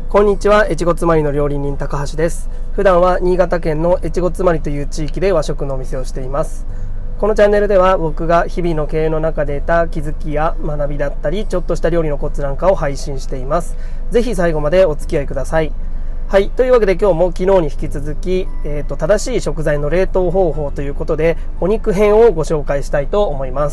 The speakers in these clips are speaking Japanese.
こんにちは、越後妻有の料理人高橋です。普段は新潟県の越後妻有という地域で和食のお店をしています。このチャンネルでは僕が日々の経営の中で得た気づきや学びだったり、ちょっとした料理のコツなんかを配信しています。ぜひ最後までお付き合いください。はい、というわけで今日も昨日に引き続き、正しい食材の冷凍方法ということでお肉編をご紹介したいと思います。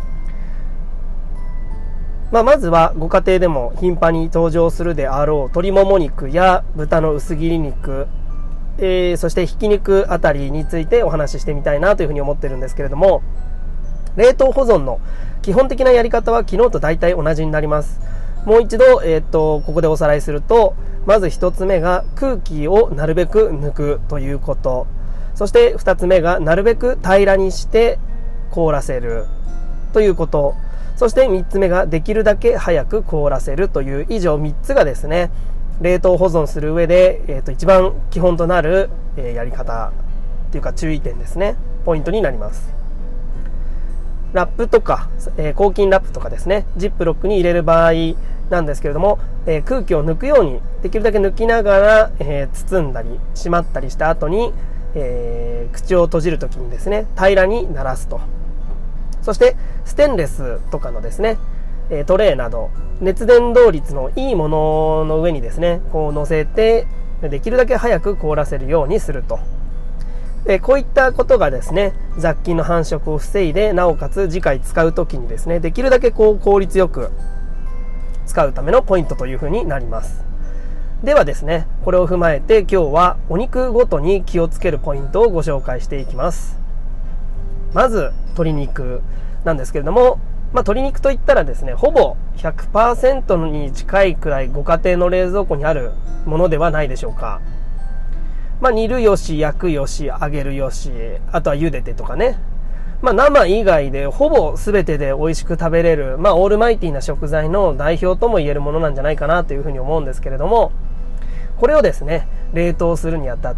まずはご家庭でも頻繁に登場するであろう鶏もも肉や豚の薄切り肉、そしてひき肉あたりについてお話ししてみたいなというふうに思ってるんですけれども、冷凍保存の基本的なやり方は昨日と大体同じになります。もう一度、ここでおさらいすると、まず一つ目が空気をなるべく抜くということ、そして二つ目がなるべく平らにして凍らせるということ、そして3つ目ができるだけ早く凍らせるという以上3つがですね、冷凍保存する上で、一番基本となる、やり方というか注意点ですね、ポイントになります。ラップとか、抗菌ラップとかですね、ジップロックに入れる場合なんですけれども、空気を抜くようにできるだけ抜きながら、包んだり閉まったりした後に、口を閉じるときにですね、平らにならすと。そしてステンレスとかのですね、トレーなど熱伝導率のいいものの上にですね、こう乗せてできるだけ早く凍らせるようにすると。こういったことがですね、雑菌の繁殖を防いで、なおかつ次回使うときにですね、できるだけこう効率よく使うためのポイントというふうになります。ではですね、これを踏まえて今日はお肉ごとに気をつけるポイントをご紹介していきます。まず鶏肉なんですけれども、鶏肉といったらですね、ほぼ 100% に近いくらいご家庭の冷蔵庫にあるものではないでしょうか。煮るよし、焼くよし、揚げるよし、あとは茹でてとかね、生以外でほぼ全てで美味しく食べれる、オールマイティな食材の代表とも言えるものなんじゃないかなというふうに思うんですけれども、これをですね、冷凍するにあたって、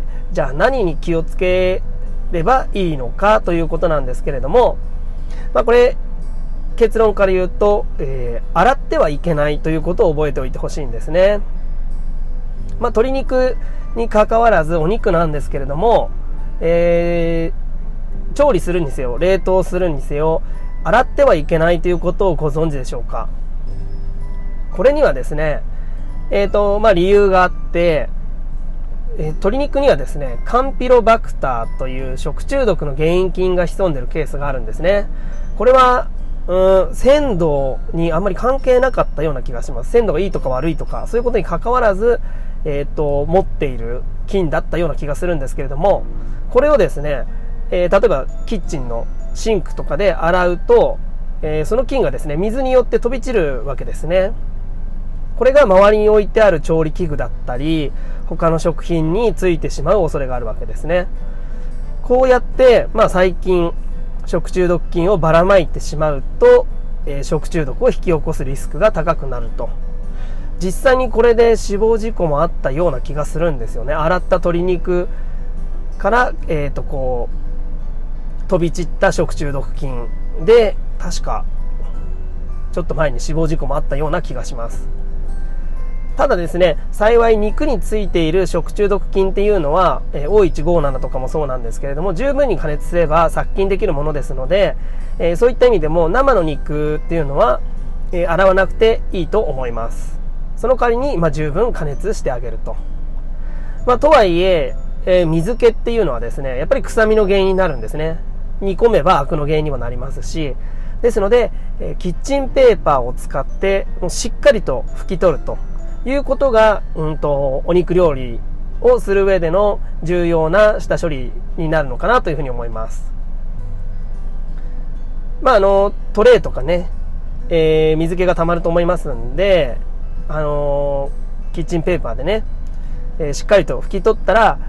じゃあ何に気をつければいいのかということなんですけれども、これ結論から言うと、洗ってはいけないということを覚えておいてほしいんですね。鶏肉に関わらずお肉なんですけれども、調理するにせよ冷凍するにせよ洗ってはいけないということをご存知でしょうか。これにはですね、理由があって、鶏肉にはですね、カンピロバクターという食中毒の原因菌が潜んでいるケースがあるんですね。これは鮮度にあんまり関係なかったような気がします。鮮度がいいとか悪いとかそういうことに関わらず、持っている菌だったような気がするんですけれども、これをですね、例えばキッチンのシンクとかで洗うと、その菌がですね、水によって飛び散るわけですね。これが周りに置いてある調理器具だったり他の食品についてしまう恐れがあるわけですね。こうやって、細菌食中毒菌をばらまいてしまうと、食中毒を引き起こすリスクが高くなると。実際にこれで死亡事故もあったような気がするんですよね。洗った鶏肉から、こう飛び散った食中毒菌で確かちょっと前に死亡事故もあったような気がします。ただですね、幸い肉についている食中毒菌っていうのは、O157 とかもそうなんですけれども、十分に加熱すれば殺菌できるものですので、そういった意味でも生の肉っていうのは、洗わなくていいと思います。その代わりに、十分加熱してあげると。とはいえ水気っていうのはですね、やっぱり臭みの原因になるんですね。煮込めばアクの原因にもなりますし、ですので、キッチンペーパーを使ってしっかりと拭き取るということが、お肉料理をする上での重要な下処理になるのかなというふうに思います。トレーとかね、水気がたまると思いますんで、キッチンペーパーでね、しっかりと拭き取ったら、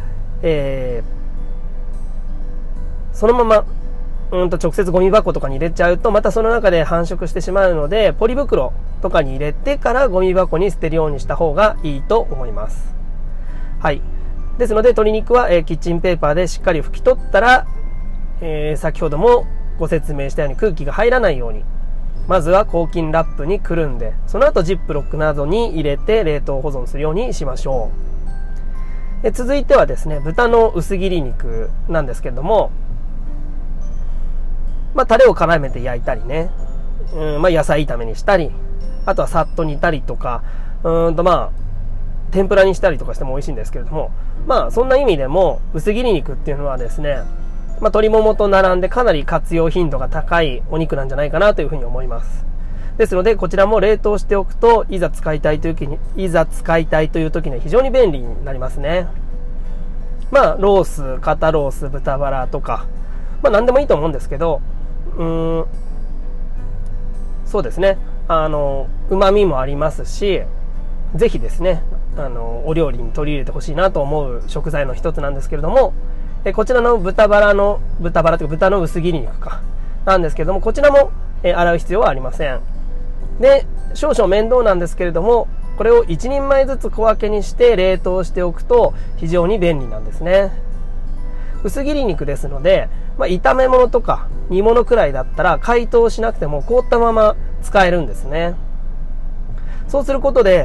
そのまま直接ゴミ箱とかに入れちゃうとまたその中で繁殖してしまうので、ポリ袋とかに入れてからゴミ箱に捨てるようにした方がいいと思います。はい。ですので鶏肉は、キッチンペーパーでしっかり拭き取ったら、先ほどもご説明したように空気が入らないようにまずは抗菌ラップにくるんで、その後ジップロックなどに入れて冷凍保存するようにしましょう。続いてはですね、豚の薄切り肉なんですけれども、タレを絡めて焼いたりね、野菜炒めにしたり、あとはさっと煮たりとか、天ぷらにしたりとかしても美味しいんですけれども、そんな意味でも薄切り肉っていうのはですね、鶏ももと並んでかなり活用頻度が高いお肉なんじゃないかなというふうに思います。ですのでこちらも冷凍しておくと、いざ使いたいという時には非常に便利になりますね。ロース、肩ロース、豚バラとか、何でもいいと思うんですけど、そうですね、旨味もありますし、ぜひですね、お料理に取り入れてほしいなと思う食材の一つなんですけれども、こちらの豚の薄切り肉なんですけれども、こちらも洗う必要はありません。で、少々面倒なんですけれども、これを1人前ずつ小分けにして冷凍しておくと非常に便利なんですね。薄切り肉ですので、炒め物とか煮物くらいだったら解凍しなくても凍ったまま使えるんですね。そうすることで、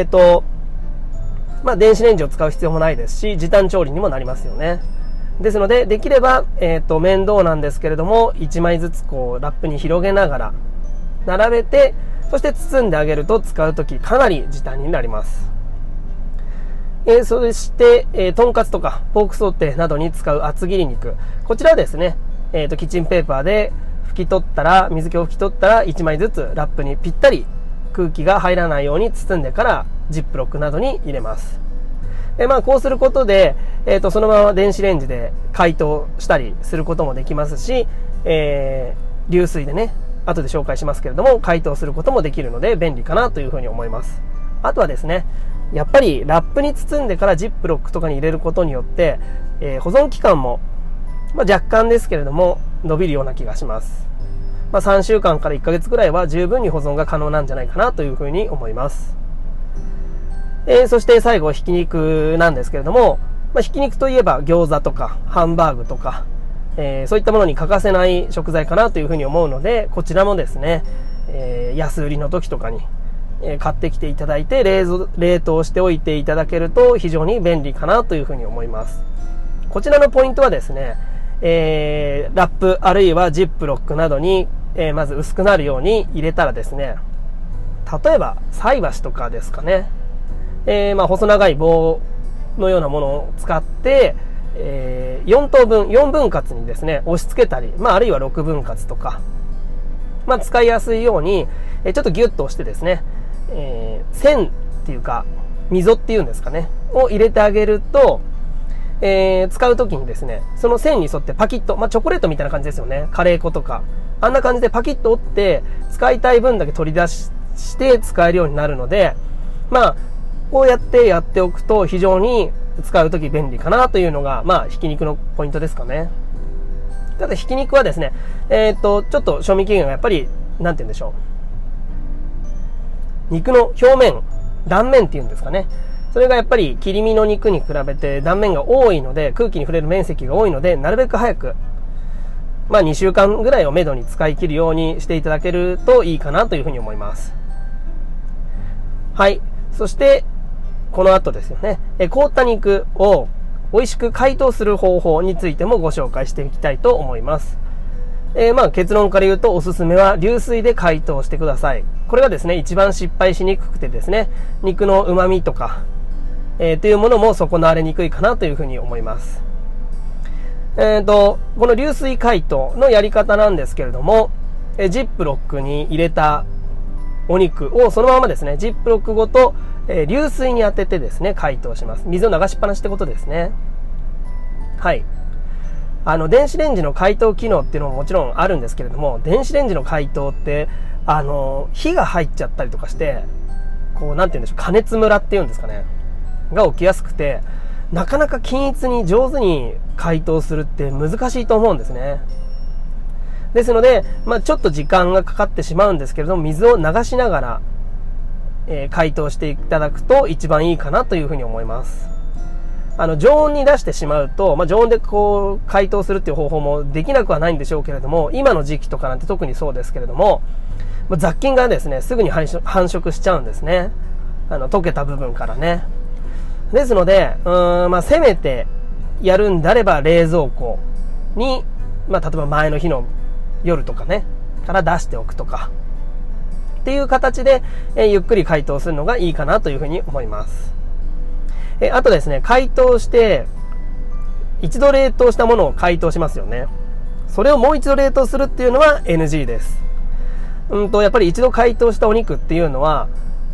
電子レンジを使う必要もないですし、時短調理にもなりますよね。ですので、できれば、面倒なんですけれども、1枚ずつラップに広げながら並べて、そして包んであげると使うときかなり時短になります。そして、とんかつとかポークソテーなどに使う厚切り肉、こちらはですね、キッチンペーパーで水気を拭き取ったら1枚ずつラップにぴったり空気が入らないように包んでからジップロックなどに入れます。こうすることで、そのまま電子レンジで解凍したりすることもできますし、流水でね、後で紹介しますけれども、解凍することもできるので便利かなというふうに思います。あとはですね、やっぱりラップに包んでからジップロックとかに入れることによって、保存期間も、若干ですけれども伸びるような気がします。3週間から1ヶ月ぐらいは十分に保存が可能なんじゃないかなというふうに思います。そして最後ひき肉なんですけれども、ひき肉といえば餃子とかハンバーグとか、そういったものに欠かせない食材かなというふうに思うので、こちらもですね、安売りの時とかに買ってきていただいて冷凍しておいていただけると非常に便利かなというふうに思います。こちらのポイントはですね、ラップあるいはジップロックなどに、まず薄くなるように入れたらですね、例えば菜箸とかですかね、細長い棒のようなものを使って、4分割にですね押し付けたり、あるいは6分割とか、使いやすいようにちょっとギュッと押してですね、線っていうか溝っていうんですかねを入れてあげると、使う時にですね、その線に沿ってパキッと、チョコレートみたいな感じですよね。カレー粉とかあんな感じでパキッと折って使いたい分だけ取り出して使えるようになるので、こうやってやっておくと非常に使う時便利かなというのが、ひき肉のポイントですかね。ただひき肉はですね、ちょっと賞味期限がやっぱりなんて言うんでしょう、肉の表面、断面っていうんですかね、それがやっぱり切り身の肉に比べて断面が多いので、空気に触れる面積が多いので、なるべく早く、2週間ぐらいをめどに使い切るようにしていただけるといいかなというふうに思います。はい。そしてこの後ですよね、凍った肉を美味しく解凍する方法についてもご紹介していきたいと思います。結論から言うと、おすすめは流水で解凍してください。これがですね、一番失敗しにくくてですね、肉の旨味とか、というものも損なわれにくいかなというふうに思います。この流水解凍のやり方なんですけれども、ジップロックに入れたお肉をそのままですね、ジップロックごと流水に当ててですね、解凍します。水を流しっぱなしってことですね。はい。電子レンジの解凍機能っていうのももちろんあるんですけれども、電子レンジの解凍って、火が入っちゃったりとかして、なんて言うんでしょう、加熱ムラっていうんですかね、が起きやすくて、なかなか均一に上手に解凍するって難しいと思うんですね。ですので、ちょっと時間がかかってしまうんですけれども、水を流しながら、解凍していただくと一番いいかなというふうに思います。常温に出してしまうと、常温で解凍するっていう方法もできなくはないんでしょうけれども、今の時期とかなんて特にそうですけれども、 雑菌がですね、すぐに繁殖しちゃうんですね。溶けた部分からね。ですので、せめてやるんであれば冷蔵庫に、例えば前の日の夜とかね、から出しておくとか、っていう形で、ゆっくり解凍するのがいいかなというふうに思います。あとですね、解凍して、一度冷凍したものを解凍しますよね。それをもう一度冷凍するっていうのは NG です。やっぱり一度解凍したお肉っていうのは、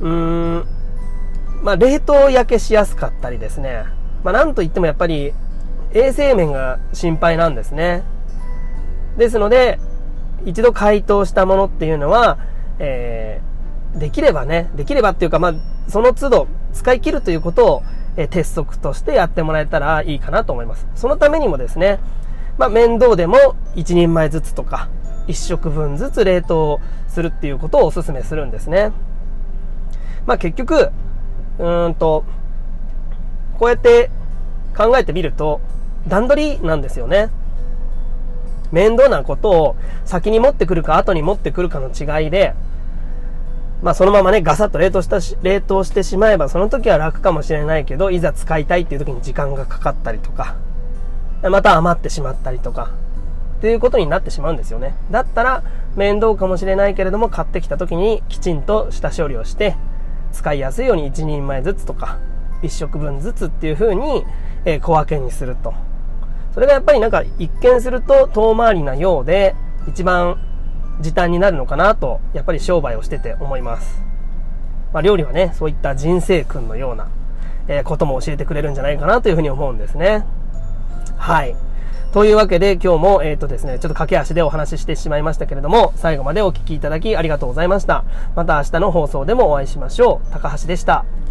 冷凍焼けしやすかったりですね。なんといってもやっぱり衛生面が心配なんですね。ですので、一度解凍したものっていうのは、できればっていうか、その都度使い切るということを、鉄則としてやってもらえたらいいかなと思います。そのためにもですね、面倒でも1人前ずつとか、1食分ずつ冷凍するっていうことをお勧めするんですね。結局、こうやって考えてみると、段取りなんですよね。面倒なことを先に持ってくるか後に持ってくるかの違いで、そのままね、ガサッと冷凍してしまえば、その時は楽かもしれないけど、いざ使いたいっていう時に時間がかかったりとか、また余ってしまったりとか、っていうことになってしまうんですよね。だったら、面倒かもしれないけれども、買ってきた時にきちんと下処理をして、使いやすいように1人前ずつとか、1食分ずつっていう風に、小分けにすると。それがやっぱり一見すると遠回りなようで、一番時短になるのかなと、やっぱり商売をしてて思います。料理はね、そういった人生訓のような、ことも教えてくれるんじゃないかなというふうに思うんですね。はい。というわけで今日もですね、ちょっと駆け足でお話ししてしまいましたけれども、最後までお聞きいただきありがとうございました。また明日の放送でもお会いしましょう。高橋でした。